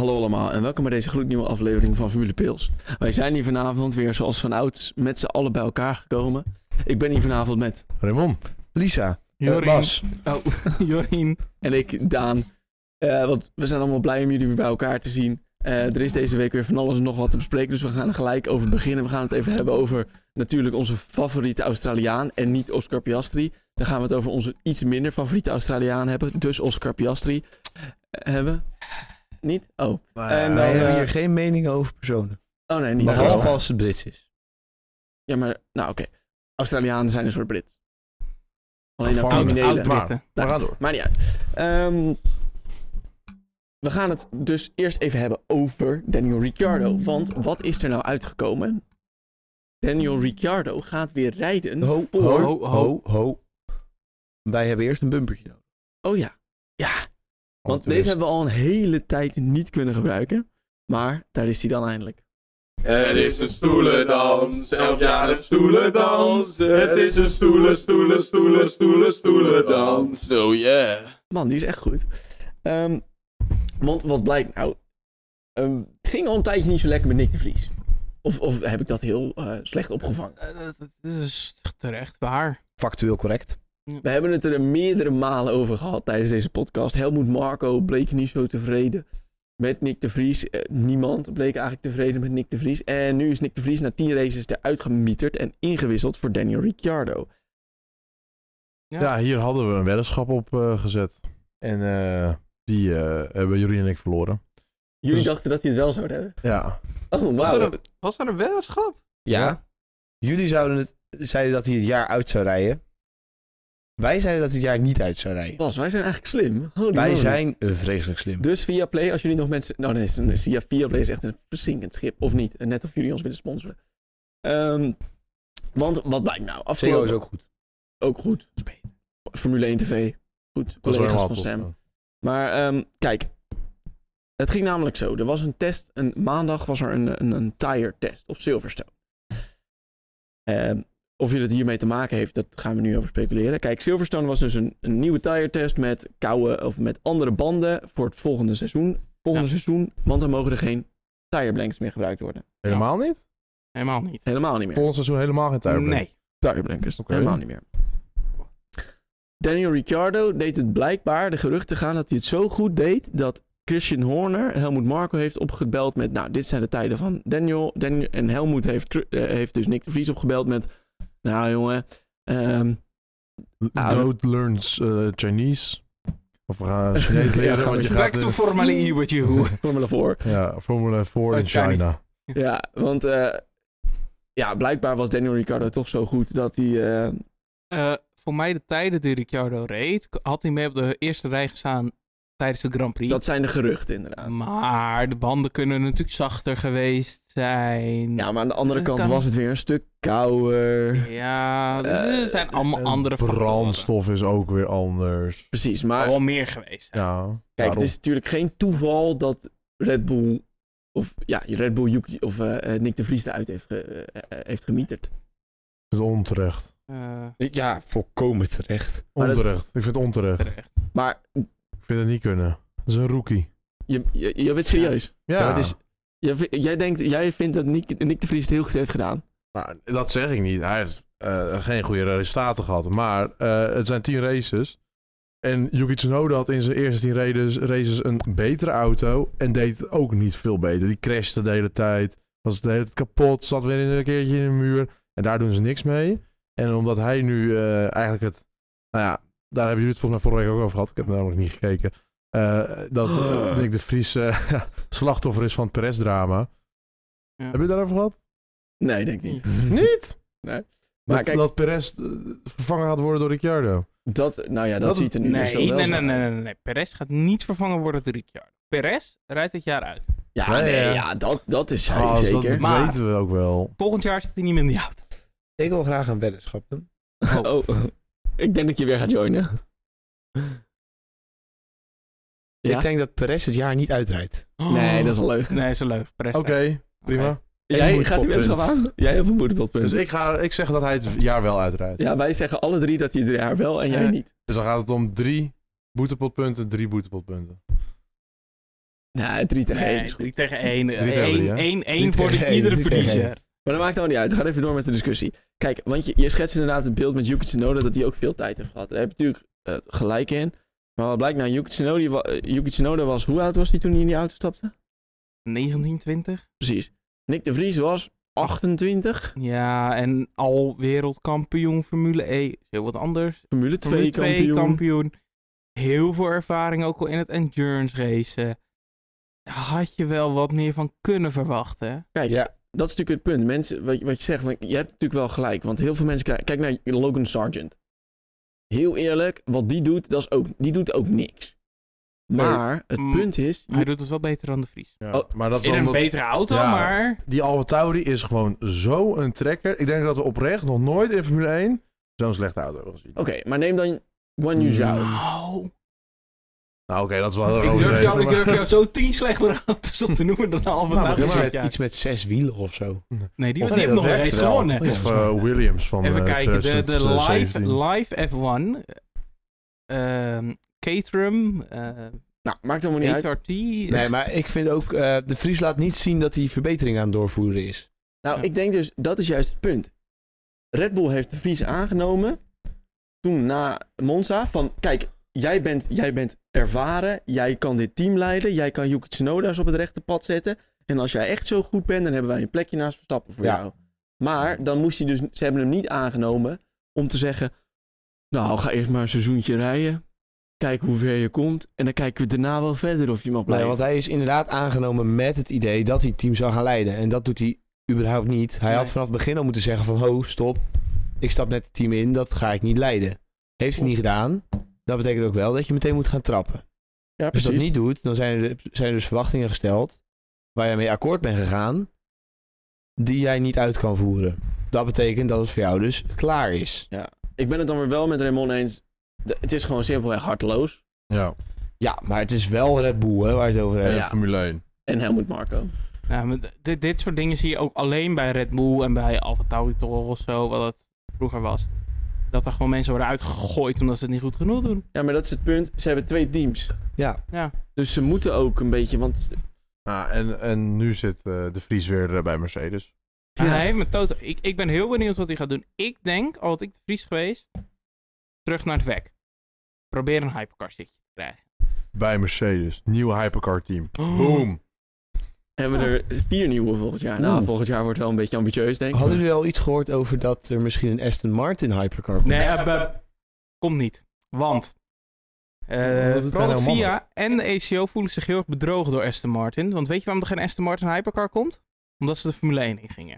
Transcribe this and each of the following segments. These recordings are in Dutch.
Hallo allemaal en welkom bij deze gloednieuwe aflevering van Formule Pils. Wij zijn hier vanavond weer zoals vanouds met z'n allen bij elkaar gekomen. Ik ben hier vanavond met Raymond, Lisa, Jorien, Bas. Jorien. en ik, Daan. Want we zijn allemaal blij om jullie weer bij elkaar te zien. Er is deze week weer van alles en nog wat te bespreken, dus we gaan er gelijk over beginnen. We gaan het even hebben over natuurlijk onze favoriete Australiaan en niet Oscar Piastri. Dan gaan we het over onze iets minder favoriete Australiaan hebben, dus Oscar Piastri hebben. Niet? Oh. En Wij dan, hebben hier geen mening over personen. Oh nee, niet. Behalve als het Brits is. Ja, maar, nou oké. Australianen zijn een soort Brit. Alleen dan Gevangen. criminelen. Maar we gaan door. Maar niet uit. We gaan het dus eerst even hebben over Daniel Ricciardo. Want wat is er nou uitgekomen? Daniel Ricciardo gaat weer rijden voor... Ho. Wij hebben eerst een bumpertje nodig. Oh ja. Ja. Want deze hebben we al een hele tijd niet kunnen gebruiken. Maar daar is hij dan eindelijk. Er is een stoelendans, elk jaar een stoelendans. Het is een stoelendans. Oh yeah. Man, die is echt goed. Want wat blijkt nou? Het ging al een tijdje niet zo lekker met Nick de Vries. Of heb ik dat heel slecht opgevangen? Dat is terecht waar. Factueel correct. We hebben het er meerdere malen over gehad tijdens deze podcast. Helmut Marko bleek niet zo tevreden met Nick de Vries. Niemand bleek eigenlijk tevreden met Nick de Vries. En nu is Nick de Vries na 10 races eruit gemieterd en ingewisseld voor Daniel Ricciardo. Ja, hier hadden we een weddenschap op gezet. En die hebben Jorien en ik verloren. Jullie Dus- dachten dat hij het wel zouden hebben? Ja. Oh, wauw. Was er een weddenschap? Ja. Jullie zeiden dat hij het jaar uit zou rijden. Wij zeiden dat hij het jaar niet uit zou rijden. Bas, wij zijn eigenlijk slim. Holy Wij moly. zijn vreselijk slim. Dus Viaplay, als jullie nog mensen... Nou nee, Viaplay is echt een verzinkend schip. Of niet. Net of jullie ons willen sponsoren. Want wat blijkt nou? CEO Afgelopen... is ook goed. Ook goed. Formule 1 TV. Goed. Dat is wel Collega's helemaal van top, Sam. ja. Maar kijk. Het ging namelijk zo. Er was een test. Maandag was er een tire test op Silverstone. Of je het hiermee te maken heeft, dat gaan we nu over speculeren. Kijk, Silverstone was dus een nieuwe tire test met koude of met andere banden voor het volgende seizoen. Seizoen, want dan mogen er geen tire blanks meer gebruikt worden. Helemaal niet? Helemaal niet. Helemaal niet meer. Volgend seizoen helemaal geen tire blank. Nee. Tire blankers, Oké. helemaal niet meer. Daniel Ricciardo deed het blijkbaar, de geruchten gaan dat hij het zo goed deed, dat Christian Horner Helmut Marko heeft opgebeld met, nou, dit zijn de tijden van Daniel en Helmut heeft dus Nick de Vries opgebeld met, nou jongen, Note learns Chinese. Of we gaan Chinees leren. Ja, want je Back gaat to Formule E with you. Formule 4. Ja, Formule 4 in Chinese. China. Ja, want blijkbaar was Daniel Ricciardo toch zo goed dat hij... Voor mij de tijden die Ricciardo reed, had hij mee op de eerste rij gestaan tijdens de Grand Prix. dat zijn de geruchten inderdaad. Maar de banden kunnen natuurlijk zachter geweest zijn. Ja, maar aan de andere kant Kan- was het weer een stuk kouder. Ja, dus er zijn allemaal andere factoren. Brandstof is ook weer anders. Precies, maar Wel meer geweest. Hè? Ja. kijk, daarom. het is natuurlijk geen toeval dat Red Bull Nick de Vries eruit heeft gemieterd. Het is onterecht. Ja, volkomen terecht. Maar dat- Onterecht. Ik vind het onterecht. Terecht. Maar Ik vind het niet kunnen. Dat is een rookie. je bent serieus. Ja, Ja, het is, jij vindt dat Nick de Vries het heel goed heeft gedaan. Nou, dat zeg ik niet. Hij heeft geen goede resultaten gehad. Maar het zijn 10 races. En Yuki Tsunoda had in zijn eerste 10 races een betere auto. En deed het ook niet veel beter. Die crashte de hele tijd. Was de hele tijd kapot. Zat weer een keertje in de muur. En daar doen ze niks mee. En omdat hij nu eigenlijk het... Nou ja, daar hebben jullie het volgens mij vorige week ook over gehad. Ik heb namelijk niet gekeken. Dat Nick de Vries slachtoffer is van het Perez-drama. Ja. Heb je het daarover gehad? Nee, denk ik niet. Niet? Nee. Maar Dat, kijk, dat Perez vervangen gaat worden door Ricciardo. dat dat ziet er nu dus wel zo uit. Nee. Perez gaat niet vervangen worden door Ricciardo. Perez rijdt dit jaar uit. Ja, Ja. dat is hij Ah, dus zeker. Dat Maar- weten we ook wel. Volgend jaar zit hij niet meer in die auto. Ik wil graag een weddenschap doen. Oh, ik denk dat je weer gaat joinen. Ja? Ik denk dat Perez het jaar niet uitrijdt. Nee, dat is een leugen. Nee, dat is een leugen. Perez Oké, rijdt. prima. Oké. Jij moet gaat die potpunt. wedstrijd aan? Jij hebt een moederpotpunt. Dus ik zeg dat hij het jaar wel uitrijdt. Ja, wij zeggen alle drie dat hij het jaar wel en jij niet. Dus dan gaat het om 3 boetepotpunten, 3 boetepotpunten. Nee, 3 tegen 1 is goed. 3 tegen 1. 3 1 voor iedere verliezer. Maar dat maakt allemaal niet uit. We gaan even door met de discussie. Kijk, want je schetst inderdaad het beeld met Yuki Tsunoda dat hij ook veel tijd heeft gehad. Daar heb je natuurlijk gelijk in. Maar wat blijkt nou, Yuki Tsunoda was... Hoe oud was hij toen hij in die auto stapte? 19, 20. Precies. Nick de Vries was 28. Ja, en al wereldkampioen Formule E. Heel wat anders. Formule 2 kampioen. Heel veel ervaring ook al in het endurance racen. Had je wel wat meer van kunnen verwachten. Kijk, dat is natuurlijk het punt. Mensen, wat je zegt, je hebt natuurlijk wel gelijk. Want heel veel mensen kijk naar Logan Sargent. Heel eerlijk, wat die doet, die doet ook niks. Maar het punt is... Hij doet het wel beter dan de Vries. Ja, maar dat is in een betere auto, maar... Die AlphaTauri is gewoon zo een trekker. Ik denk dat we oprecht nog nooit in Formule 1 zo'n slechte auto hebben gezien. Oké, maar neem dan Guan Yu Zhao. Nou, oké, dat is wel... Ik durf jou zo 10 slechtere auto's op te noemen dan AlphaTauri. Iets met 6 wielen of zo. Nee, die heeft nog eens gewonnen. Of Williams van... Even kijken, de live F1... Caterham... Nou, maakt allemaal niet uit. Nee, maar ik vind ook... de Vries laat niet zien dat hij verbetering aan het doorvoeren is. Nou, ik denk dus... Dat is juist het punt. Red Bull heeft de Vries aangenomen... Toen na Monza van... Kijk, jij bent ervaren. Jij kan dit team leiden. Jij kan Yuki Tsunoda's op het rechte pad zetten. En als jij echt zo goed bent... Dan hebben wij een plekje naast Verstappen voor jou. Maar dan moest hij dus... Ze hebben hem niet aangenomen... Om te zeggen... Nou, ga eerst maar een seizoentje rijden... Kijken hoe ver je komt. En dan kijken we daarna wel verder of je mag blijven. Nee, want hij is inderdaad aangenomen met het idee dat hij het team zou gaan leiden. En dat doet hij überhaupt niet. Hij had vanaf het begin al moeten zeggen van... Ho, stop. Ik stap net het team in. Dat ga ik niet leiden. Heeft hij niet gedaan. Dat betekent ook wel dat je meteen moet gaan trappen. Ja, als je dat niet doet, dan zijn er dus verwachtingen gesteld... waar je mee akkoord bent gegaan... die jij niet uit kan voeren. Dat betekent dat het voor jou dus klaar is. Ja, ik ben het dan weer wel met Raymond eens... Het is gewoon simpelweg harteloos. Ja, maar het is wel Red Bull, hè, waar je het over hebt. Ja, Formule 1. En Helmut Marko. Ja, maar dit soort dingen zie je ook alleen bij Red Bull en bij AlphaTauri toch of zo, wat het vroeger was. Dat er gewoon mensen worden uitgegooid omdat ze het niet goed genoeg doen. Ja, maar dat is het punt. Ze hebben 2 teams. Ja. Dus ze moeten ook een beetje, want... En nu zit de Vries weer bij Mercedes. Ja. Nee, maar Toto, ik ben heel benieuwd wat hij gaat doen. Ik denk, al had ik de Vries geweest... Terug naar het WEC. Probeer een hypercar zitje te krijgen. Bij Mercedes. Nieuw hypercar team. Boom. Hebben we er 4 nieuwe volgend jaar. Nou, volgend jaar wordt wel een beetje ambitieus, denk ik. Hadden jullie al iets gehoord over dat er misschien een Aston Martin hypercar komt? Nee, komt niet. Want vooral de FIA en de ACO voelen zich heel erg bedrogen door Aston Martin. Want weet je waarom er geen Aston Martin hypercar komt? Omdat ze de Formule 1 in gingen.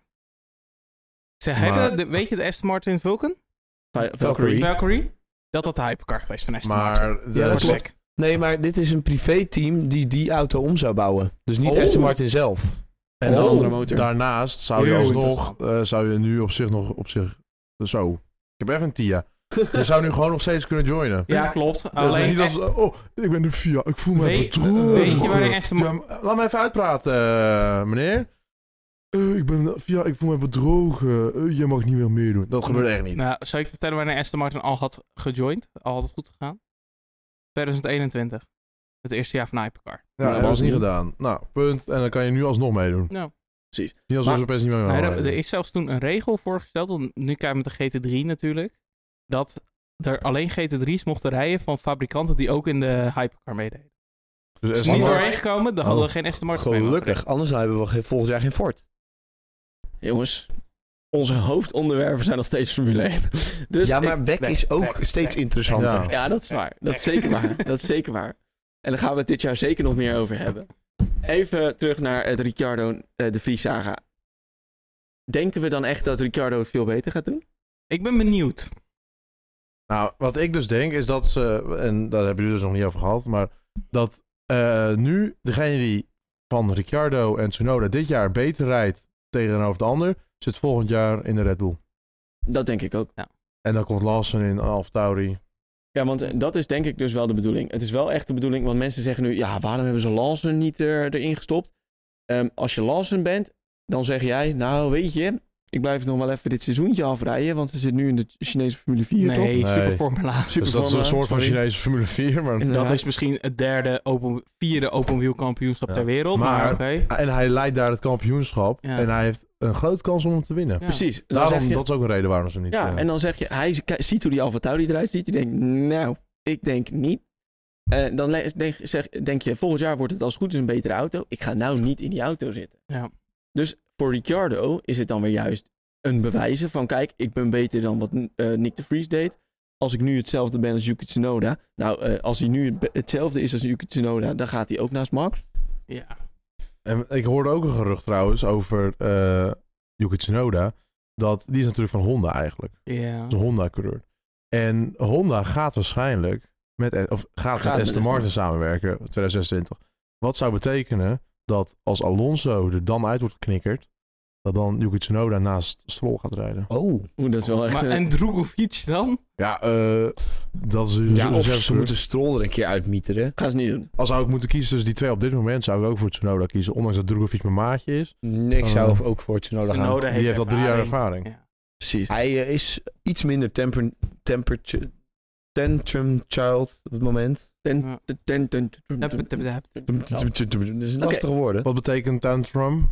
Ze hebben, weet je de Aston Martin Vulcan? Valkyrie. Dat had de hypercar geweest van Aston Martin. Ja, dat klopt. Nee, maar dit is een privéteam die auto om zou bouwen. Dus niet Aston Martin zelf. En de andere motor. Daarnaast zou je alsnog... zou je nu op zich... Zo. Ik heb even een TIA. Je zou nu gewoon nog steeds kunnen joinen. Ja, klopt. Het is niet als... ik ben de FIA. Ik voel me bedrogen. Weet je waar Aston Martin... Laat me even uitpraten, meneer. Ik voel me bedrogen. Je mag niet meer meedoen. Dat gebeurt echt niet. Nou, zou ik vertellen wanneer Aston Martin al had gejoind? Al had het goed gegaan? 2021. Het eerste jaar van Hypercar. Ja, dat was niet gedaan. Nou, punt. En dan kan je nu alsnog meedoen. Nou, precies. Niet alsof ze opeens niet meer er is zelfs toen een regel voorgesteld. Want nu kijk je met de GT3 natuurlijk. Dat er alleen GT3's mochten rijden van fabrikanten die ook in de Hypercar meededen. Dus is niet doorheen gekomen, dan hadden we geen Aston Martin. Gelukkig, anders hebben we volgend jaar geen Ford. Jongens, onze hoofdonderwerpen zijn nog steeds Formule 1. Dus ja, maar WEC is ook steeds interessanter. Ja, dat is waar. Dat is zeker waar. Dat is zeker waar. En daar gaan we het dit jaar zeker nog meer over hebben. Even terug naar het Ricciardo de Vries saga. Denken we dan echt dat Ricciardo het veel beter gaat doen? Ik ben benieuwd. Nou, wat ik dus denk is dat ze, en daar hebben jullie dus nog niet over gehad, maar dat nu degene die van Ricciardo en Tsunoda dit jaar beter rijdt tegenover de ander, zit volgend jaar in de Red Bull. Dat denk ik ook. Ja. En dan komt Lawson in AlphaTauri. Ja, want dat is denk ik dus wel de bedoeling. Het is wel echt de bedoeling, want mensen zeggen nu, ja, waarom hebben ze Lawson niet erin gestopt? Als je Lawson bent, dan zeg jij, nou weet je, ik blijf nog wel even dit seizoentje afrijden, want ze zit nu in de Chinese Formule 4, toch? Nee, Nee. Superformula. Dus dat is een soort van Chinese Formule 4. Maar... Inderdaad. Dat is misschien het vierde open wheel kampioenschap ter wereld, maar oké. En hij leidt daar het kampioenschap. Ja. En hij heeft een grote kans om hem te winnen. Ja. Precies. Dan Daarom, zeg je, dat is ook een reden waarom ze niet... ja, en dan zeg je, hij ziet hoe die AlphaTauri eruit ziet. Die denkt, nou, ik denk niet. Dan denk je, volgend jaar wordt het als het goed is een betere auto. Ik ga nou niet in die auto zitten. Ja. Dus voor Ricciardo is het dan weer juist een bewijzen van, kijk, ik ben beter dan wat Nick de Vries deed. Als ik nu hetzelfde ben als Yuki Tsunoda. Nou, als hij nu hetzelfde is als Yuki Tsunoda, dan gaat hij ook naast Max. Ja. En ik hoorde ook een gerucht trouwens over Yuki Tsunoda. Die is natuurlijk van Honda eigenlijk. Ja. Dat is een Honda-coureur. En Honda gaat waarschijnlijk met Aston Martin samenwerken in 2026. Wat zou betekenen dat als Alonso er dan uit wordt geknikkerd, dat dan Yuki Tsunoda naast Stroll gaat rijden. Oh. Dat is wel echt... Maar, en Drugovic dan? Ja, dat is... Ja, of ze moeten Stroll er een keer uitmieteren. Gaan ze niet doen. Als zou ik moeten kiezen tussen die twee op dit moment, zou ik ook voor Tsunoda kiezen. Ondanks dat Drugovic mijn maatje is. Nee, ik zou ook voor Tsunoda gaan. Tsunoda Die heeft al 3 jaar ervaring. Ja. Precies. Hij is iets minder tantrum child op het moment. Dat is een lastige woorden. Wat betekent tantrum?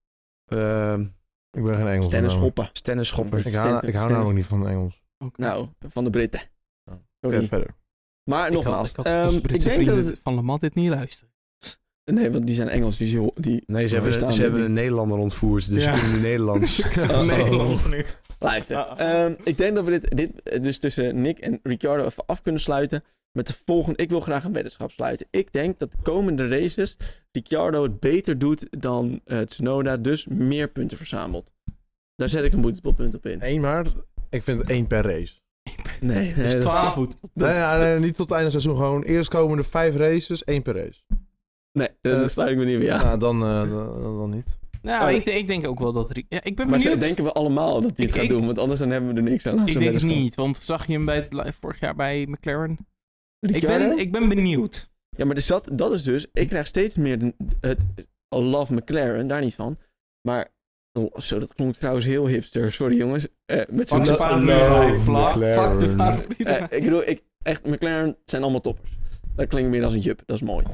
Ik ben geen Engels. Stennenschoppen. Stennisschopper. Ik hou namelijk niet van Engels. Oké. Nou, van de Britten. Ja. Sorry. Ja, verder. Maar nogmaals, Ik hoop dat de Britse ik denk dat vrienden het... van Le Mans dit niet luisteren. Nee, want die zijn Engels. Die Nee, ze verstaan hebben niet. een Nederlander ontvoerd, dus Ja. ze kunnen nu Nederlands. Nederlands nu. Luister, ik denk dat we dit dus tussen Nick en Ricciardo even af kunnen sluiten. Met de volgende. Ik wil graag een weddenschap sluiten. Ik denk dat de komende races Ricciardo het beter doet dan Tsunoda, dus meer punten verzamelt. Daar zet ik een boetepunt op in. 1 maar. Ik vind 1 per race. Nee, Dus dat- 12 voet. Nee, niet tot het einde van het seizoen. Gewoon eerstkomende 5 races, 1 per race. Nee, dat sluit ik me niet meer aan. Ja, dan niet. Nou, Oh. ik denk ook wel dat... ik ben Maar benieuwd. denken we allemaal dat hij het Ik- gaat doen, want anders dan hebben we er niks aan. Ik denk het niet, want zag je hem vorig jaar bij McLaren? Ricciardo? Ik ben benieuwd. Ja, maar dus dat is dus... Ik krijg steeds meer het love McLaren, daar niet van. Maar... Zo, dat klonk trouwens heel hipster. Sorry jongens. Met zo'n... Fuck de Love paraplu. Fuck de McLaren. paraplu. ik bedoel, echt, McLaren het zijn allemaal toppers. Dat klinkt meer als een jup. Dat is mooi.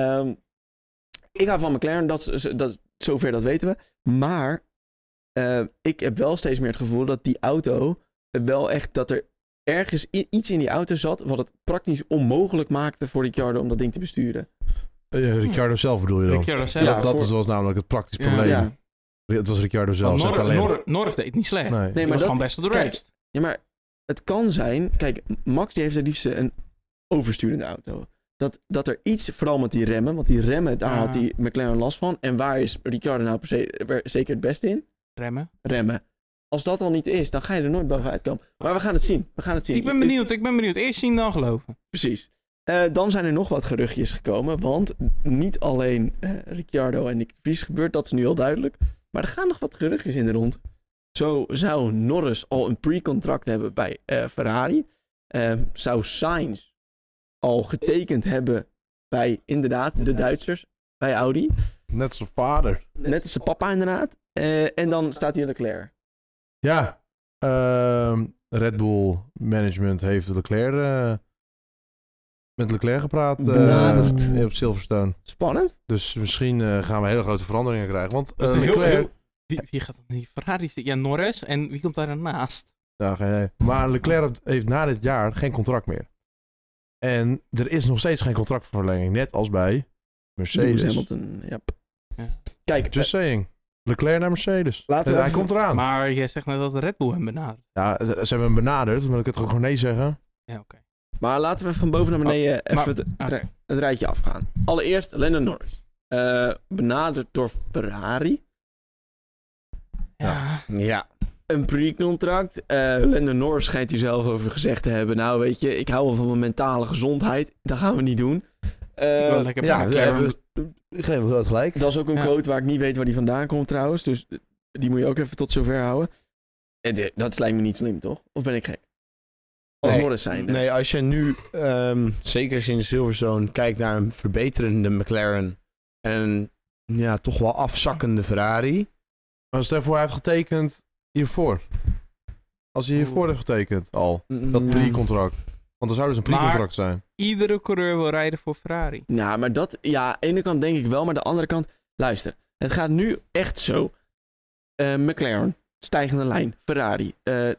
Ik hou van McLaren. Zover dat weten we. Maar ik heb wel steeds meer het gevoel dat die auto wel echt... Dat er ergens iets in die auto zat wat het praktisch onmogelijk maakte voor Ricciardo om dat ding te besturen. Ricciardo zelf bedoel je dan? Ricciardo zelf. Ja, dat was namelijk het praktisch Ja. probleem. Ja. Het was Ricciardo zelf, zijn talent. Norris deed niet slecht. Nee. Nee, Nee, maar maar dat- gewoon best op de kijk, race. Ja, maar het kan zijn... Kijk, Max die heeft het liefst een oversturende auto. Dat er iets, vooral met die remmen... Want die remmen, daar Ja. had die McLaren last van. En waar is Ricciardo nou zeker het beste in? Remmen. Remmen. Als dat al niet is, dan ga je er nooit bovenuit komen. Maar we gaan het zien. Ik ben benieuwd. Eerst zien dan geloven. Precies. Dan zijn er nog wat geruchtjes gekomen. Want niet alleen Ricciardo en Nick de Vries gebeurt. Dat is nu al duidelijk. Maar er gaan nog wat geruchtjes in de rond. Zo zou Norris al een pre-contract hebben bij Ferrari. Zou Sainz al getekend hebben bij, inderdaad, de Duitsers. Bij Audi. Net zijn vader. Net als zijn papa, inderdaad. En dan staat hier Leclerc. Ja. Red Bull management heeft met Leclerc gepraat. Benaderd. Op Silverstone. Spannend. Dus misschien gaan we hele grote veranderingen krijgen. Want Dat is Leclerc... Wie gaat dan die Ferrari zitten? Ja, Norris. En wie komt daar daarnaast? Ja, geen idee. Maar Leclerc heeft na dit jaar geen contract meer. En er is nog steeds geen contractverlenging. Net als bij Mercedes. Lewis Hamilton, ja. Ja. Kijk, Just saying. Leclerc naar Mercedes. Laten we Hij even- komt eraan. Maar jij zegt net dat de Red Bull hem benadert. Ja, ze hebben hem benaderd. Dan wil ik het gewoon nee zeggen. Ja, oké. maar laten we van boven naar beneden even het rijtje afgaan. Allereerst Lando Norris. Benaderd door Ferrari. Ja. Ja. Een pre-contract. Lando Norris schijnt hier zelf over gezegd te hebben. Nou, weet je, ik hou wel van mijn mentale gezondheid. Dat gaan we niet doen. Wel lekker Ja, bij we McLaren. hebben... Ik geef hem groot gelijk. Dat is ook een Ja. quote waar ik niet weet waar die vandaan komt trouwens. Dus die moet je ook even tot zover houden. En dat lijkt me niet slim, toch? Of ben ik gek? Als Nee. Norris zijnde. Nee, als je nu, zeker als je in de Silverstone, kijkt naar een verbeterende McLaren en een toch wel afzakkende Ferrari. Maar stel voor, hij heeft getekend hiervoor. Als hij hiervoor heeft getekend al. Dat Ja. pre-contract. Want er zou dus een pre-contract zijn. Iedere coureur wil rijden voor Ferrari. Nou, maar dat... Ja, aan de ene kant denk ik wel, maar aan de andere kant... Luister, het gaat nu echt zo. McLaren, stijgende lijn. Ferrari.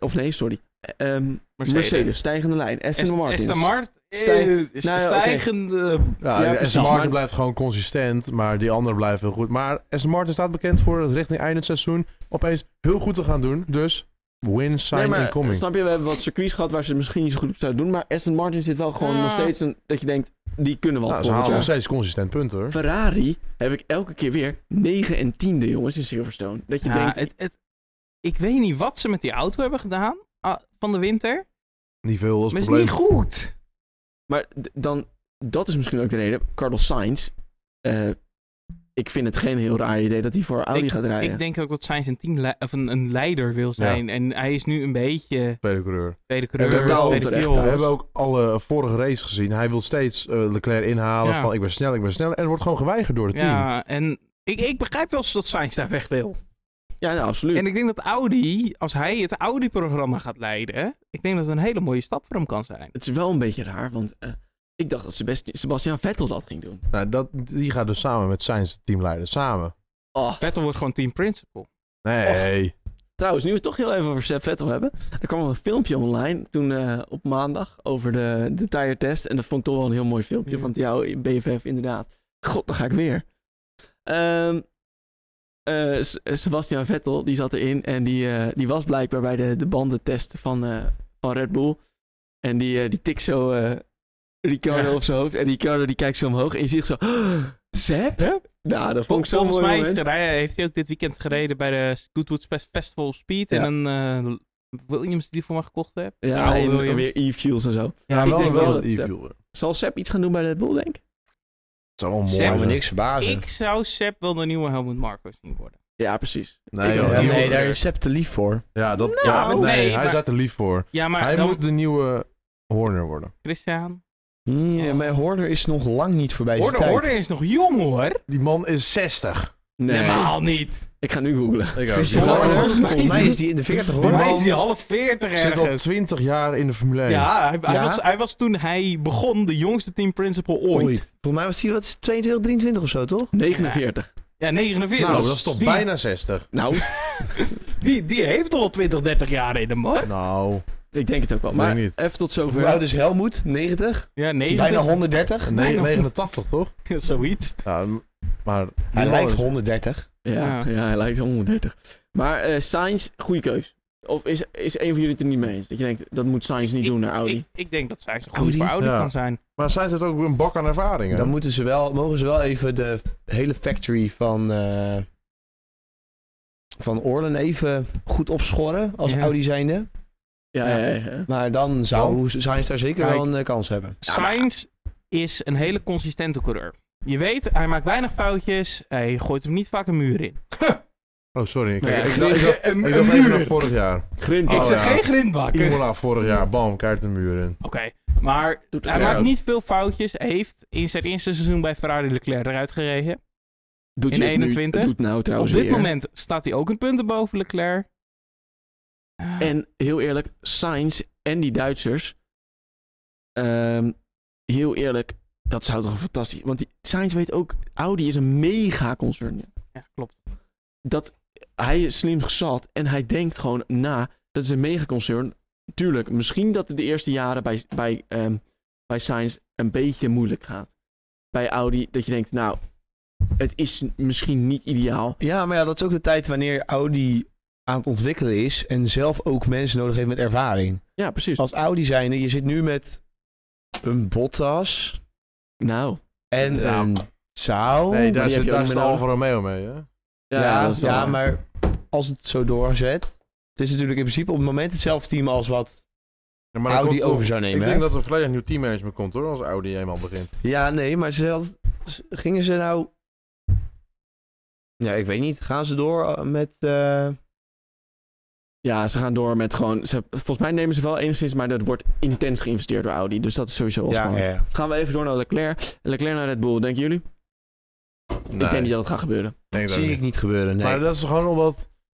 Mercedes, stijgende lijn. Aston Martin. Aston Martin is Nou ja, stijgende... Ja, Ja, Aston precies, Martin maar- blijft gewoon consistent, maar die anderen blijven heel goed. Maar Aston Martin staat bekend voor het richting einde seizoen opeens heel goed te gaan doen. Dus win, sign, incoming. snap je, we hebben wat circuits gehad waar ze het misschien niet zo goed op zouden doen. Maar Aston Martin zit wel gewoon nog steeds dat je denkt, die kunnen wel Nou, ze volgend halen nog jaar. steeds consistent punten hoor. Ferrari heb ik elke keer weer 9 en 10e jongens in Silverstone. Dat je Ja, denkt, ik weet niet wat ze met die auto hebben gedaan van de winter. Niet veel als Maar het probleem. is niet goed. maar dan, dat is misschien ook de reden. Carlos Sainz, ik vind het geen heel raar idee dat hij voor Audi gaat rijden. Ik denk ook dat Sainz een leider wil zijn. En hij is nu een beetje Tweede coureur. tweede coureur, Totaal tweede onterecht, viool. We hebben ook alle vorige races gezien. Hij wil steeds Leclerc inhalen Ja. van ik ben snel. En er wordt gewoon geweigerd door het team. Ja, en ik begrijp wel dat Sainz daar weg wil. Ja, nou, absoluut. En ik denk dat Audi, als hij het Audi-programma gaat leiden, ik denk dat het een hele mooie stap voor hem kan zijn. Het is wel een beetje raar, want ik dacht dat Sebastian Vettel dat ging doen. Nou, die gaat dus samen met Sainz teamleider. Samen. Oh, Vettel wordt gewoon team principal. Nee. trouwens, nu we het toch heel even over Seb Vettel hebben. Er kwam een filmpje online toen op maandag over de tire test. En dat vond ik toch wel een heel mooi filmpje van jouw BFF, inderdaad. God, dan ga ik weer. Sebastian Vettel, die zat erin en die was blijkbaar bij de bandentest van Red Bull. En die tikt zo Ricciardo op zijn hoofd. En Ricciardo die kijkt zo omhoog en je ziet zo... Seb? Nou, dat vond ik zo'n Volgens mooi mij moment. heeft hij ook dit weekend gereden bij de Goodwood Festival of Speed. Ja. En een Williams die voor me gekocht heb. Ja, Oude en Williams. weer e-fuels en zo. Ja, ik denk wel dat dat die Seb- viel. Het Zal Seb iets gaan doen bij Red Bull, denk ik? zou wel mooi Seb, Zou me zijn. niks verbazen. Ik zou Seb wel de nieuwe Helmut Marko zien worden. Ja, precies. Nee, Ik joh. ook. Ja, Ja, nee, joh. daar is Sepp te lief voor. Ja, dat... Nou, ja, nee, nee, hij maar- zat er lief voor. Ja, maar Hij dan, moet de nieuwe Horner worden. Christian. Ja, maar Horner is nog lang niet voorbij zijn tijd. Horner is nog jong hoor. Die man is 60. Nee, Helemaal niet. ik ga nu googlen. Ik Christian Ja, Horner, volgens mij volgens mij is is die in de 40 Voor hoor. mij man is hij half 40 zit al ergens. 20 jaar in de Formule 1. Ja, hij Ja? hij was toen hij begon de jongste team principal ooit. Volgens mij was hij wat 22, 23 of zo, toch? 49. Ja, 49. Nou, dat is toch die, bijna 60. Nou, Die heeft al 20, 30 jaar in hem hoor. Nou, ik denk het ook wel. Denk Maar niet. even tot Hoe zover. oud is Helmoet? 90? Ja, 90. Bijna 130? 89 toch? Zoiets. Ja, maar... Hij die lijkt man is- 130. Ja, hij lijkt 130. Maar Sainz, goede keus. Of is een van jullie het er niet mee eens? Dat je denkt, dat moet Sainz niet doen naar Audi. Ik denk dat zij zo goed Audi? voor Audi Ja. kan zijn. Maar zij zit ook een bak aan ervaring, hè? Dan mogen ze wel even de hele factory van Orlen even goed opschorren als Ja. Audi zijnde. Ja. Maar dan zou Sainz daar zeker Kijk. wel een kans hebben. Sainz is een hele consistente coureur. Je weet, hij maakt weinig foutjes. Hij gooit hem niet vaak een muur in. Oh, sorry. Maar ja, Ik Grin- dacht een even naar muur. vorig jaar. Grind. Ik Oh, zeg ja. geen grindbak. Imola vorig jaar. Bam, keihard de muur in. Oké, maar Doet er hij ver maakt uit. niet veel foutjes. Hij heeft in zijn eerste seizoen bij Ferrari Leclerc eruit gereden. Doet in hij het nu- 21. Doet nou Op trouwens dit weer. moment staat hij ook een punten boven Leclerc. En heel eerlijk, Sainz en die Duitsers. Heel eerlijk, dat zou toch fantastisch... Want Sainz weet ook, Audi is een mega concern. Ja, klopt. Hij is slim zat en hij denkt gewoon na. Dat is een mega concern. Tuurlijk, misschien dat het de eerste jaren bij Sainz een beetje moeilijk gaat. Bij Audi, dat je denkt, nou, het is misschien niet ideaal. Ja, maar ja, dat is ook de tijd wanneer Audi aan het ontwikkelen is en zelf ook mensen nodig heeft met ervaring. Ja, precies. Als Audi zijnde, je zit nu met een Bottas Nou, en Nou. een Sao. Nee, die daar heb zit je ook daar niet zit meer Alfa Romeo mee, hè? Ja, dat is wel waar. maar als het zo doorzet... Het is natuurlijk in principe op het moment hetzelfde team als wat Ja, maar Audi dan komt over zou Ik nemen. denk hè? dat er volledig nieuw teammanagement komt, hoor, als Audi eenmaal begint. Ja, nee, maar gingen ze nou... Ja, ik weet niet. Gaan ze door met... ja, ze gaan door met gewoon... volgens mij nemen ze wel enigszins, maar dat wordt intens geïnvesteerd door Audi. Dus dat is sowieso wel spannend. ja. Gaan we even door naar Leclerc. Leclerc naar Red Bull, denken jullie? Ik denk niet dat het gaat gebeuren. Denk dat Zie niet. ik niet gebeuren, nee. Maar dat is gewoon omdat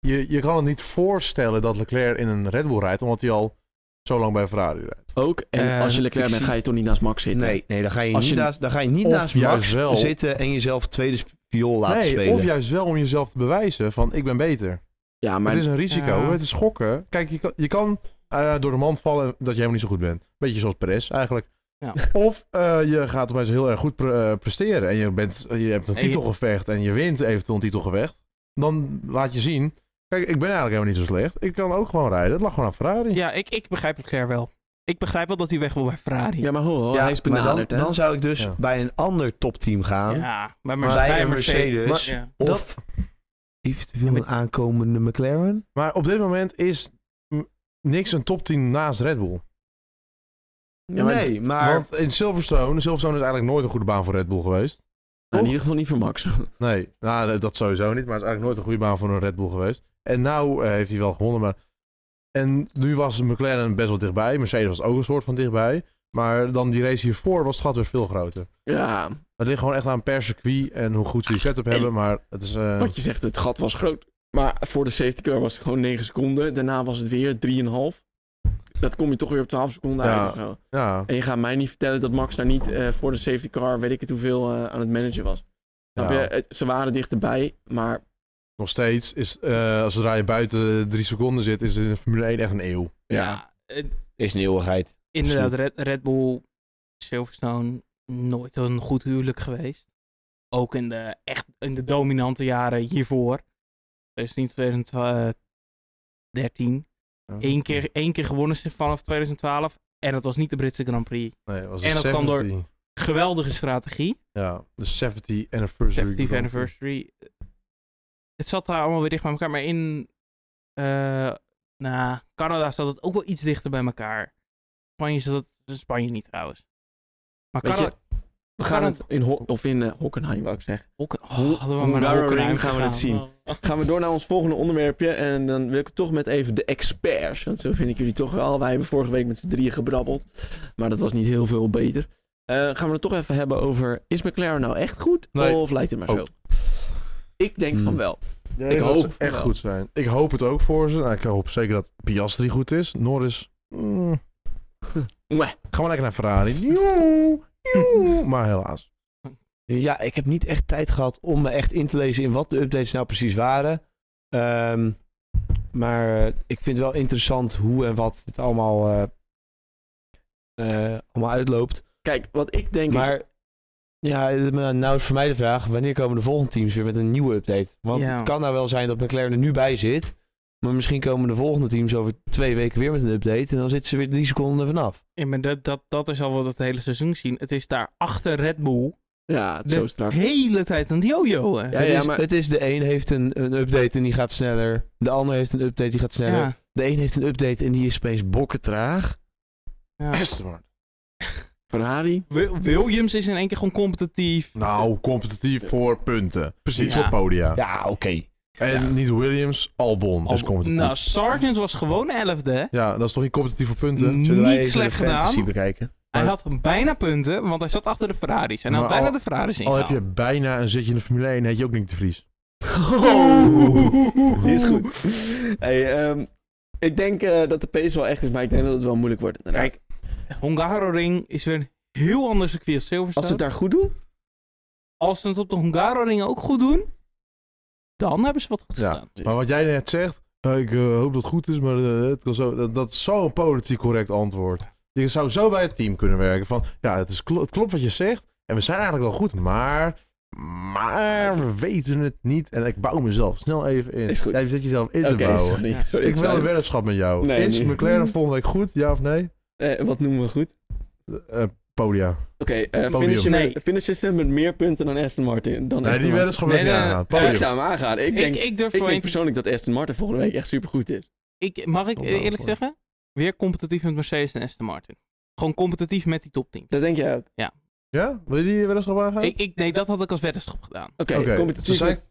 je kan het niet voorstellen dat Leclerc in een Red Bull rijdt, omdat hij al zo lang bij Ferrari rijdt. Ook. En als je Leclerc bent, ga je toch niet naast Max zitten? Nee, dan ga je Als niet, je- dan ga je niet Of naast juist Max wel. zitten en jezelf tweede viool laten Nee, spelen. of juist wel om jezelf te bewijzen van ik ben beter. Ja, maar Het is een risico, Ja. het is gokken. Kijk, je kan door de mand vallen dat je helemaal niet zo goed bent. Beetje zoals Perez eigenlijk. Ja. Of je gaat opeens heel erg goed presteren en je hebt een En je- titelgevecht en je wint eventueel een titelgevecht. Dan laat je zien, kijk, ik ben eigenlijk helemaal niet zo slecht. Ik kan ook gewoon rijden. Het lag gewoon aan Ferrari. Ja, ik begrijp Leclerc wel. Ik begrijp wel dat hij weg wil bij Ferrari. ja, maar hoor, Ja, hij is maar benaderd, hè? dan zou ik dus Ja. bij een ander topteam gaan. Ja, bij bij een Mercedes. Ja. Of eventueel een aankomende McLaren. Maar op dit moment is niks een top 10 naast Red Bull. Ja, maar- nee, maar... Want in Silverstone is eigenlijk nooit een goede baan voor Red Bull geweest. Nou, in ieder geval niet voor Max. Nee, nou, dat sowieso niet. Maar het is eigenlijk nooit een goede baan voor een Red Bull geweest. En nou heeft hij wel gewonnen. Maar... En nu was McLaren best wel dichtbij. Mercedes was ook een soort van dichtbij. Maar dan die race hiervoor was het gat weer veel groter. Ja, Het ligt gewoon echt aan per circuit en hoe goed ze die setup hebben. Maar het is... wat je zegt, het gat was groot. Maar voor de safety car was het gewoon 9 seconden. Daarna was het weer 3,5. Dat kom je toch weer op 12 seconden Ja. uit of zo. ja, En je gaat mij niet vertellen dat Max daar niet voor de safety car, weet ik het hoeveel, aan het managen was. Snap Ja. je? Ze waren dichterbij, maar nog steeds is... zodra je buiten 3 seconden zit, is het in de Formule 1 echt een eeuw. ja. Is een eeuwigheid. Inderdaad, Red Bull, Silverstone, nooit een goed huwelijk geweest. Ook in de dominante jaren hiervoor. 2013. Eén keer gewonnen ze vanaf 2012. En dat was niet de Britse Grand Prix. Nee, het was En een dat kwam door- 70. Geweldige strategie. Ja, de 70th anniversary. 70th anniversary. Het zat daar allemaal weer dicht bij elkaar. Maar in Canada zat het ook wel iets dichter bij elkaar. Spanje zat het... Spanje niet trouwens. Maar Weet Canada... je, we gaan het in Hockenheim, wou ik zeggen. Hadden we maar naar Hungaroring Hockenheim gaan we het zien. Gaan we door naar ons volgende onderwerpje. En dan wil ik het toch met even de experts. Want zo vind ik jullie toch wel. Wij hebben vorige week met z'n drieën gebrabbeld. Maar dat was niet heel veel beter. Gaan we het toch even hebben over... Is McLaren nou echt goed? Nee. Of lijkt het maar zo? Oh. Ik denk van wel. Ja, Ik dat hoop ze echt wel. goed zijn. Ik hoop het ook voor ze. Nou, ik hoop zeker dat Piastri goed is. Norris... Mwah. Gaan we lekker naar Ferrari. Joe, joe. Maar helaas. Ja, ik heb niet echt tijd gehad om me echt in te lezen in wat de updates nou precies waren. Maar ik vind het wel interessant hoe en wat het allemaal uitloopt. Kijk, wat ik denk... Maar ja, nou is voor mij de vraag, wanneer komen de volgende teams weer met een nieuwe update? Want Ja. het kan nou wel zijn dat McLaren er nu bij zit, maar misschien komen de volgende teams over 2 weken weer met een update en dan zitten ze weer 3 seconden er vanaf. Ja, maar dat is al wat we het hele seizoen zien. Het is daar achter Red Bull Ja, het is zo de strak. hele tijd aan het jojoen. Ja, maar- Het is de een heeft een update en die gaat sneller, de ander heeft een update die gaat sneller. Ja. De een heeft een update en die is opeens bokkentraag. Ja. Aston Martin. Ferrari. Williams is in één keer gewoon competitief. Nou, competitief voor punten. Precies. Niet Ja. voor podia. Ja, oké. En niet Williams, Albon is competitief. Nou, Sargent was gewoon 11e. hè? Ja, dat is toch niet competitief voor punten? Zullen wij Niet even slecht de fantasy gedaan. bekijken? Hij had bijna punten, want hij zat achter de Ferraris. En hij had Maar bijna al- de Ferraris Al heb ingehaald. je bijna een zitje in de Formule 1, heet je ook Nick de Vries. Die is goed. Hey, ik denk dat de pace wel echt is, maar ik denk dat het wel moeilijk wordt. Kijk, Hungaroring is weer een heel ander circuit als Silverstone. Als ze het daar goed doen, Als ze het op de Hungaroring ook goed doen, dan hebben ze wat goed Ja, gedaan. maar wat jij net zegt, ik hoop dat het goed is, maar het kan zo, dat is zo'n politiek correct antwoord. Je zou zo bij het team kunnen werken van, ja, het klopt wat je zegt en we zijn eigenlijk wel goed, maar we weten het niet en ik bouw mezelf snel even in. Is goed. Jij zet jezelf in te oké, bouwen. sorry. Ja. sorry. Ik wil een weddenschap met jou. Nee, is niet. McLaren volgende week goed, ja of nee? Wat noemen we goed? Podia. Oké, Podium. finishen ze met meer punten dan Aston Martin. Dan Nee, Aston die Martin. weddenschap heb ik Nee, niet nee, aangegaan. Ja, ik Podium. zou hem aangaan. Ik denk Ik durf persoonlijk dat Aston Martin volgende week echt supergoed is. Mag ik Kom nou eerlijk voor. zeggen? Weer competitief met Mercedes en Aston Martin. Gewoon competitief met die topteams. Dat denk jij ook? Ja? Wil je die weddenschap aangaan? Nee, dat had ik als weddenschap gedaan. Oké, Oké, competitief. ze zijn-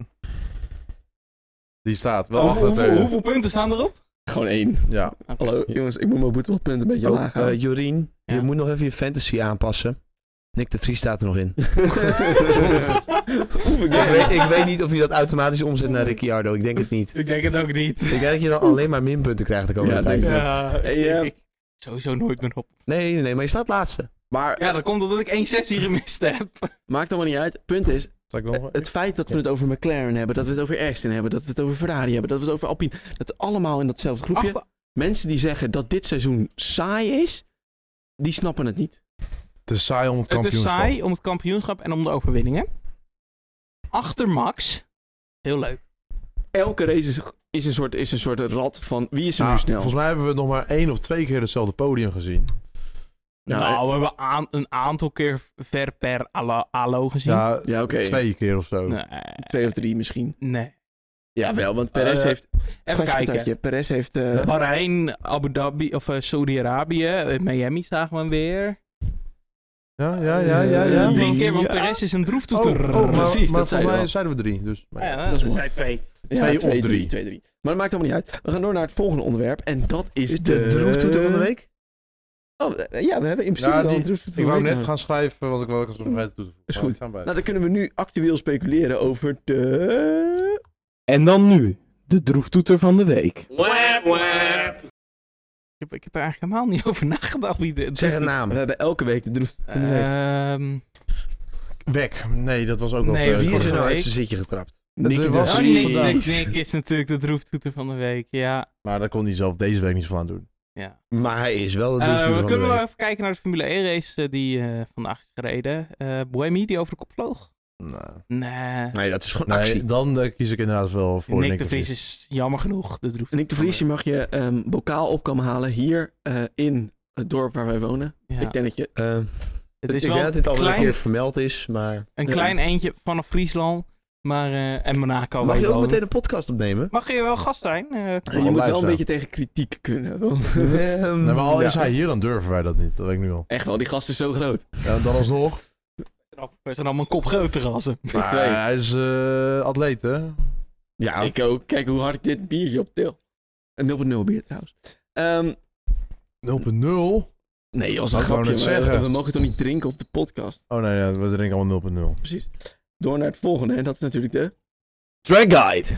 Die staat wel achter Hoeveel, het... hoeveel punten staan erop? Gewoon 1. Ja. Hallo, jongens, ik moet mijn boetepunten een beetje laag houden. Jorien, Ja. je moet nog even je fantasy aanpassen. Nick de Vries staat er nog in. Ik weet niet of hij dat automatisch omzet naar Ricciardo. Ik denk het niet. Ik denk het ook niet. Ik denk dat je dan alleen maar minpunten krijgt de komende tijd. Ik sowieso nooit meer op. Nee, maar je staat laatste. Maar Ja, dat komt omdat ik 1 sessie gemist heb. maakt allemaal niet uit. Punt is, Zal ik nog het feit dat we het over McLaren hebben, dat we het over Aston hebben, dat we het over Ferrari hebben, dat we het over Alpine, dat allemaal in datzelfde groepje. Mensen die zeggen dat dit seizoen saai is, die snappen het niet. Het is saai om het Het is kampioenschap. saai om het kampioenschap en om de overwinningen. Achter Max. Heel leuk. Elke race is een soort rad van wie is er nu Nou, snel. volgens mij hebben we nog maar 1 of 2 keer hetzelfde podium gezien. Nou, we hebben een aantal keer ver per alo gezien. Ja, oké. 2 keer of zo. Nee. 2 of 3 misschien. Nee. Jawel, want Perez heeft... Even kijken. Perez heeft... Bahrein, Abu Dhabi of Saudi-Arabië. Miami zagen we hem weer. Ja. 3 keer, want Perez is een droeftoeter. precies, Maar dat zei volgens je mij wel. zeiden we 3. Dus, Ja, dat is mooi. zijn 2. 2 of 3. 2-3. Maar dat maakt allemaal niet uit. We gaan door naar het volgende onderwerp. En dat is De droeftoeter van de week? Oh, ja, we hebben in principe Ja, wel een droeftoeter Ik van wou de week. net gaan schrijven, want ik wou eens vergeten toe te voegen. Is Maar goed. ik ga bij. Nou, dan kunnen we nu actueel speculeren over de... En dan nu, de droeftoeter van de week. Ik heb er eigenlijk helemaal niet over nagedacht. Wie de, Zeg een naam. We hebben elke week de droeftoeter van de week. Weg. Nee, dat was ook wel Nee, twee Wie is weken er nou week? uit zijn zitje getrapt? Nick Dat de was Oh, Vries. niet vandaag. Nick is natuurlijk de droeftoeter van de week, ja. Maar daar kon hij zelf deze week niet zoveel aan doen. ja. Maar hij is wel de droeftoeter We van de kunnen wel week. even kijken naar de Formule 1 race die vandaag is gereden. Buemi die over de kop vloog. Nou, Nee. Nee, dat is gewoon actie. nee, dan kies ik inderdaad wel voor Nick de Vries is jammer genoeg de droeftoeter. Nick de Vries, je mag je bokaal op komen halen hier in het dorp waar wij wonen. Ja. Ik denk dat je... Het is ik wel denk dat dit al wel een klein, keer vermeld is, maar... een Ja. klein eentje vanaf Friesland. Maar, en Monaco. Mag waar je ook woont. meteen een podcast opnemen? Mag je wel gast zijn? je moet wel live een beetje tegen kritiek kunnen. Want Nee, maar al is ja. hij hier, dan durven wij dat niet. Dat weet ik nu al. echt wel, die gast is zo groot. Ja, dan alsnog. We zijn allemaal een kop groter gassen. Maar twee. hij is atleet, hè? Ja, Ik ook. Kijk hoe hard ik dit biertje optil. Een 0.0 bier trouwens. 0.0? Nee, dat was Dat een wou ik grapje. net Maar zeggen. we mogen toch niet drinken op de podcast? Oh nee, ja, we drinken allemaal 0.0. Precies. Door naar het volgende. En dat is natuurlijk de... Track Guide.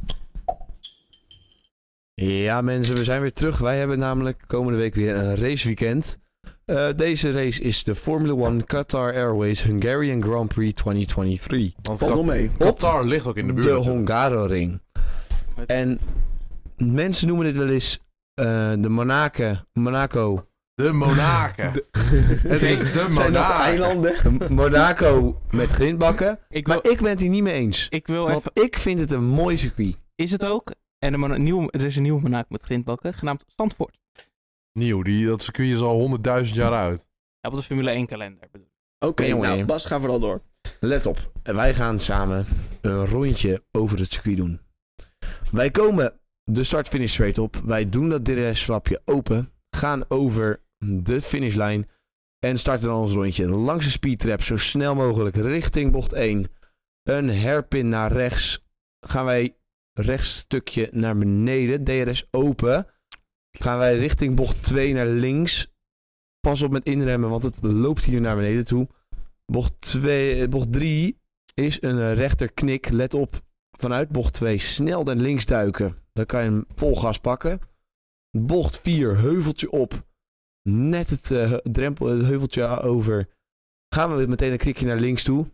Ja mensen, we zijn weer terug. Wij hebben namelijk komende week weer een raceweekend. Deze race is de Formula 1 Qatar Airways Hungarian Grand Prix 2023. Want Valt wel mee. Qatar ligt ook in de buurt. De natuurlijk. Hungaroring. En mensen noemen dit wel eens de Monaco. De Monaken. Het is de Zijn dat de Monaken. eilanden? Monaco met grindbakken. Ik wil, Maar ik ben het hier niet mee eens. ik wil Want even... ik vind het een mooi circuit. Is het ook? En er is een nieuwe Monaco met grindbakken, genaamd Zandvoort. Nieuw, dat circuit is al 100.000 jaar uit. Ja, op de Formule 1 kalender bedoel ik. Oké, Jongen. nou Bas, ga vooral door. Let op, wij gaan samen een rondje over het circuit doen. Wij komen de start-finish straight op. Wij doen dat DRS-flapje open. Gaan over de finishlijn. En starten dan ons rondje langs de speedtrap zo snel mogelijk richting bocht 1. Een hairpin naar rechts. Gaan wij rechtsstukje naar beneden. DRS open. Gaan wij richting bocht 2 naar links. Pas op met inremmen, want het loopt hier naar beneden toe. Bocht 3 is een rechterknik. Let op, vanuit bocht 2 snel naar links duiken. Dan kan je hem vol gas pakken. Bocht 4, heuveltje op. Net het heuveltje over. Gaan we meteen een krikje naar links toe.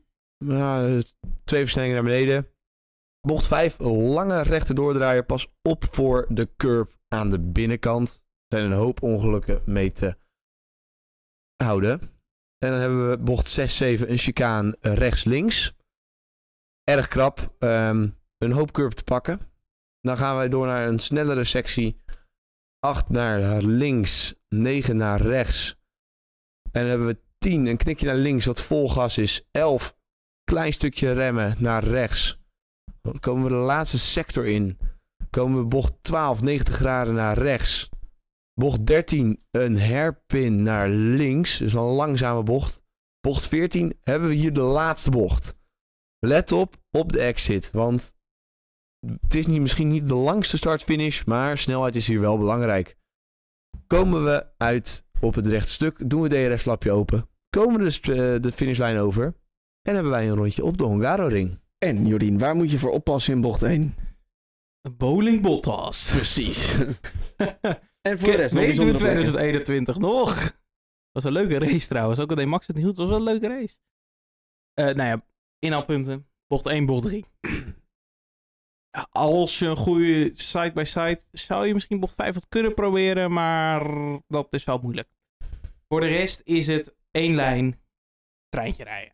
2 versnellingen naar beneden. Bocht 5, lange rechter doordraaier. Pas op voor de curb aan de binnenkant. Er zijn een hoop ongelukken mee te houden. En dan hebben we bocht 6, 7, een chicaan rechts-links. Erg krap. Een hoop curb te pakken. Dan gaan wij door naar een snellere sectie. 8 naar links, 9 naar rechts. En dan hebben we 10, een knikje naar links wat vol gas is. 11, klein stukje remmen naar rechts. Dan komen we de laatste sector in. Komen we bocht 12, 90 graden naar rechts. Bocht 13, een hairpin naar links. Dus een langzame bocht. Bocht 14 hebben we hier de laatste bocht. Let op de exit, want het is misschien niet de langste start-finish, maar snelheid is hier wel belangrijk. Komen we uit op het rechte stuk, doen we DRS-flapje open. Komen we dus de finishlijn over. En hebben wij een rondje op de Hungaroring. En Jorien, waar moet je voor oppassen in bocht 1? Bowling Bottas. Precies. En voor de rest nog weten we bijzondere plekken. 2021 nog? Dat was een leuke race trouwens. Ook al deed Max het niet goed, was wel een leuke race. Nou ja, inhaalpunten. Bocht 1, bocht 3. Ja, als je een goede side-by-side, zou je misschien bocht 5 wat kunnen proberen, maar dat is wel moeilijk. Voor de rest is het 1 lijn, treintje rijden.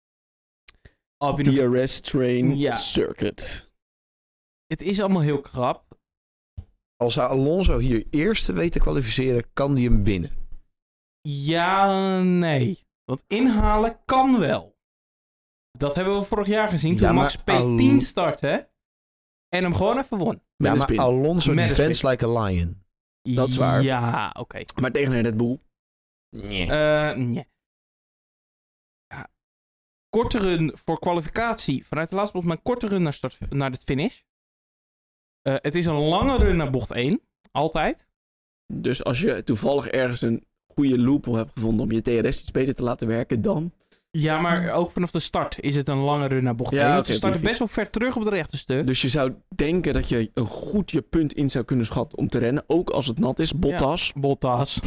DRS Train Ja. Circuit. Het is allemaal heel krap. Als Alonso hier eerste weet te kwalificeren, kan hij hem winnen. Ja, nee. Want inhalen kan wel. Dat hebben we vorig jaar gezien toen Ja, maar Max P10 startte, hè? En hem gewoon even won. Met Ja, een maar spin. Alonso Met een defends spin. like a lion. Dat is waar. Ja, oké. Maar tegen een Red Bull. Nee. Ja. Korte run voor kwalificatie vanuit de laatste bocht, maar een korte run naar de finish. Het is een lange run naar bocht 1. Altijd. Dus als je toevallig ergens een goede loophole hebt gevonden om je TRS iets beter te laten werken, dan... Ja, maar ook vanaf de start is het een lange run naar bocht 1. Ja, Want oké, ze starten die best wel ver terug op het rechte stuk. Dus je zou denken dat je een goed je punt in zou kunnen schatten om te rennen. Ook als het nat is. Bottas. Bottas.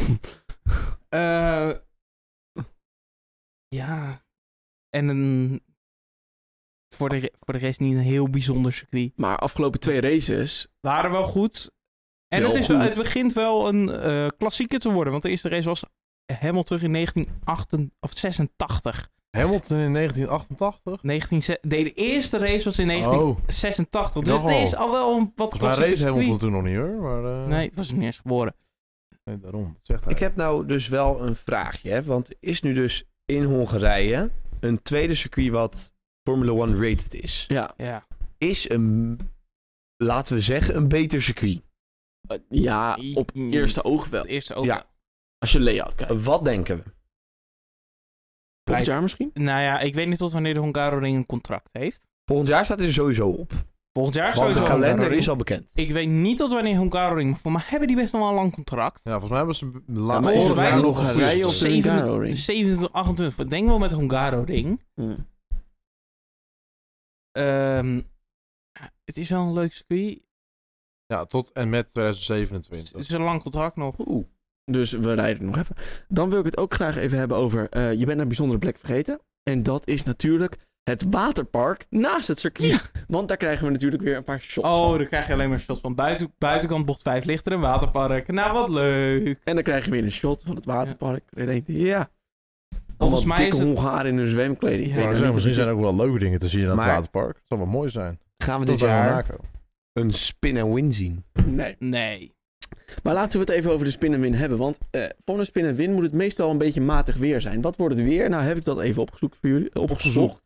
Ja. En voor de rest niet een heel bijzonder circuit. Maar afgelopen 2 races... Waren wel goed. En Wel het begint wel een klassieker te worden. Want de eerste race was helemaal terug in 1986. Hamilton in 1988? De eerste race was in 1986. Dus Oh. het is al wel een wat Maar klassieker race Hamilton circuit. toen nog niet hoor. Maar, Nee, het was nog niet eens geboren. Nee, daarom. Dat zegt hij. Ik heb nou dus wel een vraagje. Hè? Want er is nu dus in Hongarije een tweede circuit wat Formula 1 rated is. Ja. Ja. Is een, laten we zeggen, een beter circuit. Ja, op eerste oog wel. Het eerste ook. Ja. Als je layout kijkt. Wat denken we? Volgend jaar misschien? Nou ja, ik weet niet tot wanneer de Hungaroring een contract heeft. Volgend jaar staat hij er sowieso op. Volgend jaar Want sowieso de kalender Hungaroring. is al bekend. Ik weet niet tot wanneer Hungaroring, maar voor mij hebben die best nog wel een lang contract. Ja, volgens mij hebben ze Ja, laatst maar is volgens het mij nou nog nog een een rij goede of de Hungaroring? 27, 28. Ik denk wel met de Hungaroring. Het is wel een leuk circuit. Ja, tot en met 2027. Het is een lang contract nog. Oeh. Dus we rijden nog even. Dan wil ik het ook graag even hebben over... je bent een bijzondere plek vergeten. En dat is natuurlijk het waterpark naast het circuit. Ja. Want daar krijgen we natuurlijk weer een paar shots Oh, van. dan krijg je alleen maar shots van buitenkant bocht 5 ligt er een waterpark. Nou, wat leuk. En dan krijg je weer een shot van het waterpark. En je denkt, ja. Volgens Allemaal mij is dikke het... Hongaren in hun zwemkleding. Ja, Ik denk Maar niet dat misschien het- zijn er ook wel leuke dingen te zien in het Maar- waterpark. Dat zou wel mooi zijn. Gaan we Tot dit bij jaar Monaco. een spin-and-win zien? Nee. Nee. Maar laten we het even over de spin en win hebben. Want voor een spin en win moet het meestal een beetje matig weer zijn. Wat wordt het weer? Nou heb ik dat even opgezocht voor jullie. Opgezocht.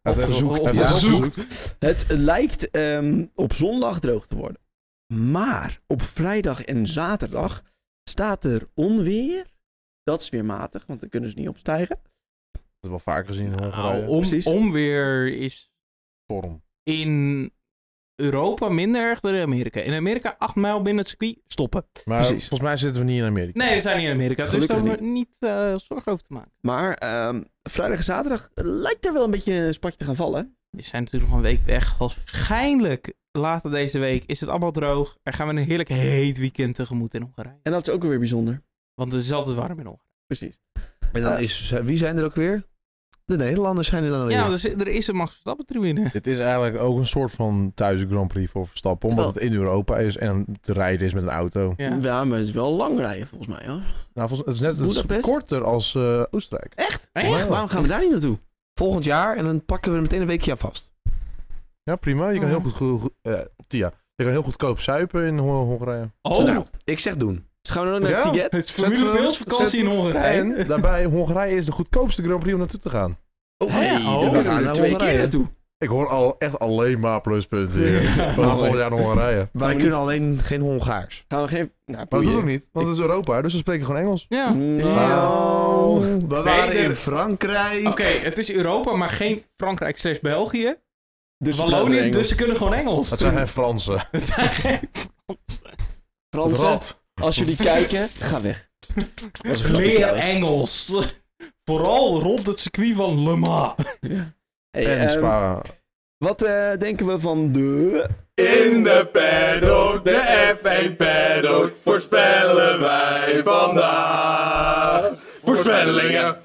Het lijkt op zondag droog te worden. Maar op vrijdag en zaterdag staat er onweer. Dat is weer matig, want dan kunnen ze niet opstijgen. Dat is wel vaker gezien in Hongarije. Nou, Precies. onweer is Storm. in Europa minder erg dan in Amerika. In Amerika 8 mijl binnen het circuit stoppen. Maar Precies. volgens mij zitten we niet in Amerika. Nee, we zijn niet in Amerika. Dus Gelukkig daar hoeven we niet zorgen over te maken. Maar vrijdag en zaterdag lijkt er wel een beetje een spatje te gaan vallen. Die zijn natuurlijk nog een week weg. Waarschijnlijk later deze week is het allemaal droog. Er gaan we een heerlijk heet weekend tegemoet in Hongarije. En dat is ook weer bijzonder. Want het is altijd warm in Hongarije. Precies. En dan is, wie zijn er ook weer? De Nederlanders zijn er dan weer. Ja, dus er is een Max Verstappen tribune. Dit is eigenlijk ook een soort van thuis Grand Prix voor Verstappen. Omdat het in Europa is en te rijden is met een auto. Ja. Maar het is wel lang rijden volgens mij hoor. Nou, het is net het is Budapest? korter als Oostenrijk. Echt? Echt? Waarom gaan we daar niet naartoe? Volgend jaar en dan pakken we er meteen een weekje aan vast. Ja, prima. Je kan heel goed... Tia. Je kan heel goedkoop zuipen in Hongarije. Oh, Nou, ik zeg doen. Dus gaan we dan naar het Ja. Siget? het is Formule Pils vakantie in Hongarije. En daarbij, Hongarije is de goedkoopste Grand Prix om naartoe te gaan. Oh, Hè? hey, Oh, we We gaan gaan naar er 2 keer Hongarije. naartoe. Ik hoor al echt alleen maar pluspunten hier. Ja. We gaan volgend jaar naar Hongarije. Wij we kunnen alleen geen Hongaars. Gaan we geen... Nou, Maar dat doet boeien. ook niet, want het is Europa, dus we spreken gewoon Engels. Ja. Nou, We waren Nee, in Frankrijk. Oké, het is Europa, maar geen Frankrijk / België. dus Wallonië, dus ze kunnen gewoon Engels. Het zijn geen Fransen. Het zijn geen Fransen, Rad. als jullie kijken, ga weg. Dat is een grapje Leer trouwens. Engels. Vooral rond het circuit van Le Mans. Ja. Hey, En Spa. wat denken we van de... In de paddock, de F1 paddock, voorspellen wij vandaag. Voorspellingen.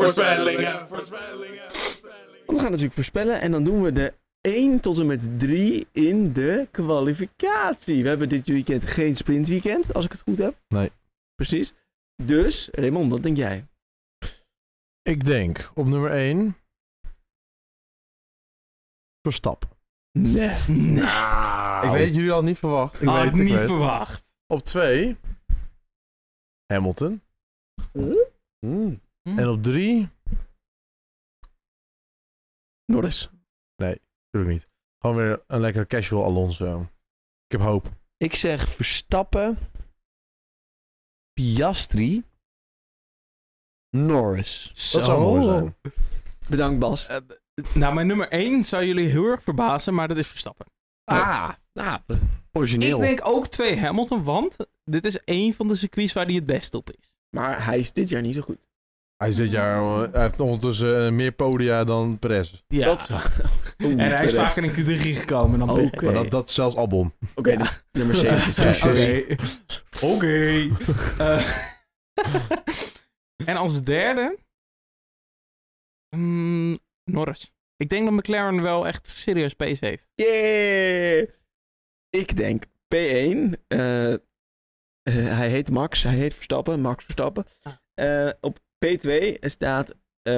We gaan natuurlijk voorspellen en dan doen we de 1 tot en met 3 in de kwalificatie. We hebben dit weekend geen sprintweekend, als ik het goed heb. Nee. Precies. Dus, Raymond, wat denk jij? Ik denk op nummer 1... Verstappen. Nee. Ik weet, jullie hadden niet verwacht. Had ik niet weet. verwacht. Op 2... Hamilton. En op 3... Norris. Natuurlijk niet. Gewoon weer een lekkere casual Alonso. Ik heb hoop. Ik zeg Verstappen, Piastri, Norris. Dat zou mooi zijn. Bedankt, Bas. Nou, mijn nummer 1 zou jullie heel erg verbazen, maar dat is Verstappen. Origineel. Ik denk ook 2 Hamilton, want dit is één van de circuits waar hij het best op is. Maar hij is dit jaar niet zo goed. Hij is dit jaar... Hij heeft ondertussen meer podia dan Perez. Ja. Dat is waar. En hij is vaker in Q3 gekomen dan Perez. Oké. Maar dat is zelfs Albon. Oké, de Mercedes is Oké. En als derde... Norris. Ik denk dat McLaren wel echt serieus pace heeft. Yeah! Ik denk P1. Hij heet Max. Hij heet Verstappen. Max Verstappen. Op P2 staat...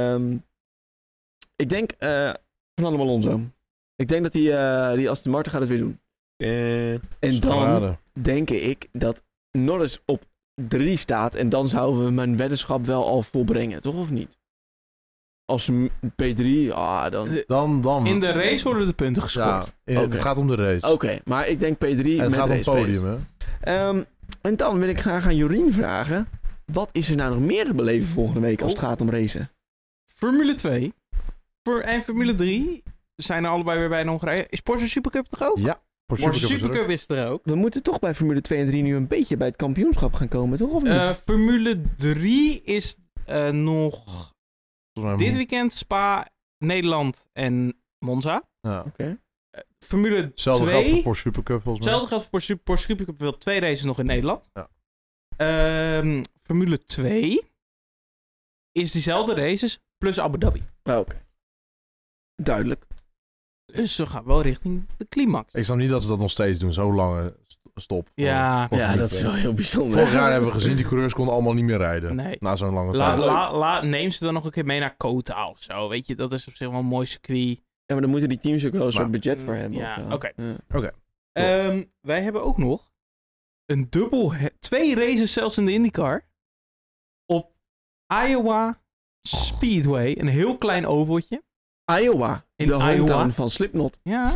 ik denk Fernando Alonso. Ik denk dat die Aston Martin gaat het weer doen. En dan denk ik dat Norris op 3 staat. En dan zouden we mijn weddenschap wel al volbrengen. Toch of niet? Als P3, dan... In de race worden de punten gescoord. Ja, het gaat om de race. Oké, maar ik denk P3 En het met gaat om race het podium, hè? En dan wil ik graag aan Jorien vragen. Wat is er nou nog meer te beleven volgende week als het gaat om racen? Formule 2 en Formule 3 zijn er allebei weer bij in Hongarije. Is Porsche Supercup toch ook? Ja. Porsche Supercup is er ook. We moeten toch bij Formule 2 en 3 nu een beetje bij het kampioenschap gaan komen, toch? Of niet? Formule 3 is nog dit weekend Spa, Nederland en Monza. Ja. Oké. Formule Hetzelfde 2... geldt voor Porsche Supercup volgens mij. Hetzelfde geldt voor Porsche Supercup. Wel 2 races nog in Nederland. Ja. Formule 2 is diezelfde races plus Abu Dhabi. Oké. Duidelijk. Dus ze gaan wel richting de climax. Ik snap niet dat ze dat nog steeds doen. Zo lange stop. Ja. Voor Dat is wel heel bijzonder. Vorig jaar hebben we gezien, die coureurs konden allemaal niet meer rijden. Nee. Na zo'n lange tijd. Neem ze dan nog een keer mee naar Kota of zo. Weet je, dat is op zich wel een mooi circuit. Ja, maar dan moeten die teams ook wel een soort budget voor hebben. Ja, of zo. oké. Ja. Wij hebben ook nog een 2 races zelfs in de IndyCar. Op Iowa Speedway. Een heel klein ovaltje. Iowa. In de hometown Iowa. van Slipknot. Ja.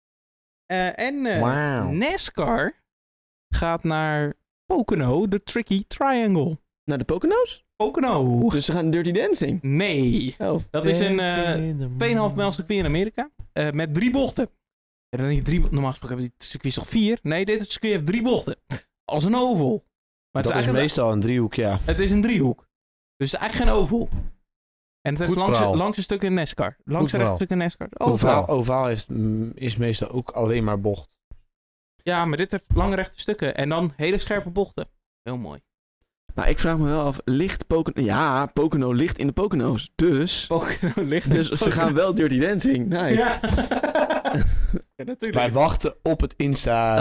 Wauw. NASCAR gaat naar Pocono, de Tricky Triangle. Naar de Pocono's? Pocono. Dus ze gaan Dirty Dancing. Nee. Oh. Dat is een 2,5 mijl circuit in Amerika. Met 3 bochten. En dan niet 3, normaal gesproken hebben die circuits toch 4. Nee, dit circuit heeft 3 bochten. Als een oval. Maar Dat is meestal een driehoek, ja. Het is een driehoek. Dus het is eigenlijk geen oval. En het heeft verhaal. langste stukken in NASCAR. Langste rechte stukken in NASCAR. Ovaal is meestal ook alleen maar bocht. Ja, maar dit heeft lange rechte stukken. En dan hele scherpe bochten. Heel mooi. Maar ik vraag me wel af, ligt Pocono... Ja, Pocono ligt in de Pocono's. Dus... Pocono ligt Dus ze gaan wel Dirty Dancing. Nice. Ja. Ja, natuurlijk. Wij wachten op het Insta.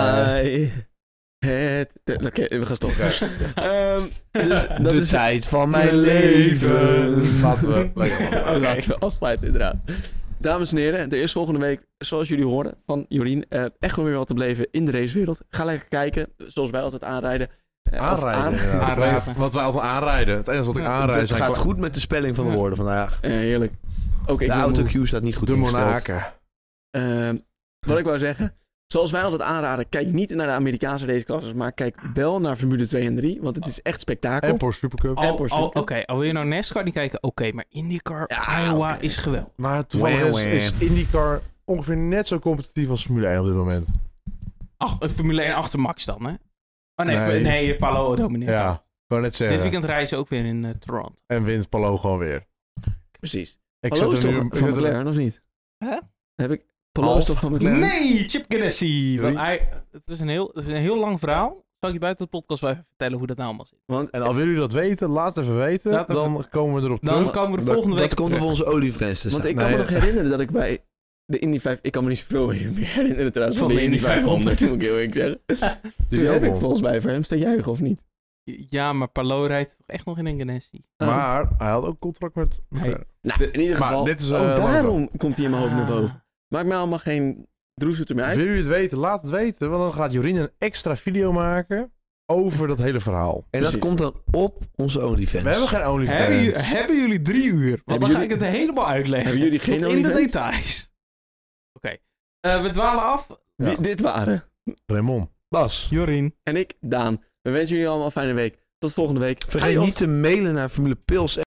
Oké, we gaan stoppen. Dus dat de is tijd van mijn leven. Laten we lekker Laten we afsluiten, inderdaad. Dames en heren, er is volgende week, zoals jullie horen van Jorien, echt wel weer wat te beleven in de racewereld. Ga lekker kijken, zoals wij altijd aanrijden. Aanrijden. Wat wij altijd aanrijden. Het enige wat ik aanrijd Het zijn gaat goed met de spelling van de woorden vandaag. Heerlijk. Ook ik De ben moe. autocue staat niet goed de ingesteld. Monaken. Wat ik wou zeggen, zoals wij altijd aanraden, kijk niet naar de Amerikaanse raceklasses, maar kijk wel naar Formule 2 en 3, want het is echt spektakel. En Porsche Supercup. Oké, al wil je nou NASCAR niet kijken, oké, maar IndyCar, Iowa is geweldig. Maar toevallig is IndyCar ongeveer net zo competitief als Formule 1 op dit moment. Formule 1 achter Max dan, hè? Oh Nee. nee, Palo domineert. Ja, ik wou net zeggen. Dit weekend rijden ze ook weer in Toronto. En wint Palou gewoon weer. Precies. Ik Hallo, is zet er toch nu van McLaren, of niet? Heb ik Palou toch van McLaren? Nee, Chip Ganassi. Het is een heel lang verhaal. Zal ik je buiten de podcast wel even vertellen hoe dat nou allemaal zit? En al willen jullie dat weten, laat het even weten. Dan komen we erop terug. Dan komen we de volgende week Dat komt op onze OnlyFans te staan. Want ik kan me nog herinneren dat ik bij de Indy 5... Ik kan me niet zoveel meer herinneren trouwens van de Indy 500, moet ik heel eerlijk zeggen. Toen heb ik volgens mij voor hem staan juichen, of niet? Ja, maar Palou rijdt toch echt nog in een Ganassi. Maar hij had ook contract met... Nee. Nou, in ieder geval, dit is, daarom komt hij in mijn hoofd naar boven. Maakt mij allemaal geen droefzoeter meer uit. Willen jullie het weten? Laat het weten. Want dan gaat Jorien een extra video maken over dat hele verhaal. En dat komt dan op onze OnlyFans. We hebben geen OnlyFans. Hebben jullie 3 uur? Want dan ga ik het helemaal uitleggen. Hebben jullie geen tot in de OnlyFans? details. Oké. We dwalen af. Wie dit waren Raymond. Bas. Jorien. en ik, Daan. We wensen jullie allemaal een fijne week. Tot volgende week. Vergeet niet te mailen naar Formule Pils